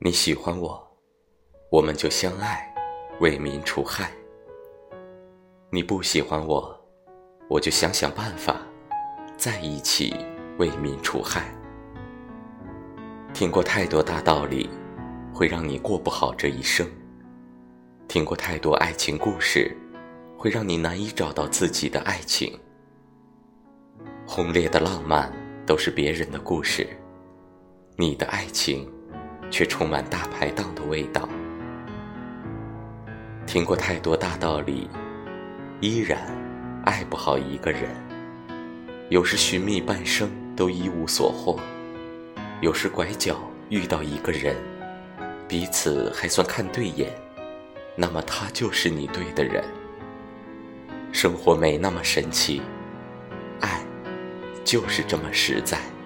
你喜欢我，我们就相爱，为民除害。你不喜欢我，我就想想办法，在一起为民除害。听过太多大道理，会让你过不好这一生。听过太多爱情故事，会让你难以找到自己的爱情。轰烈的浪漫都是别人的故事，你的爱情却充满大排档的味道。听过太多大道理，依然爱不好一个人。有时寻觅半生都一无所获，有时拐角遇到一个人，彼此还算看对眼，那么他就是你对的人。生活没那么神奇，爱就是这么实在。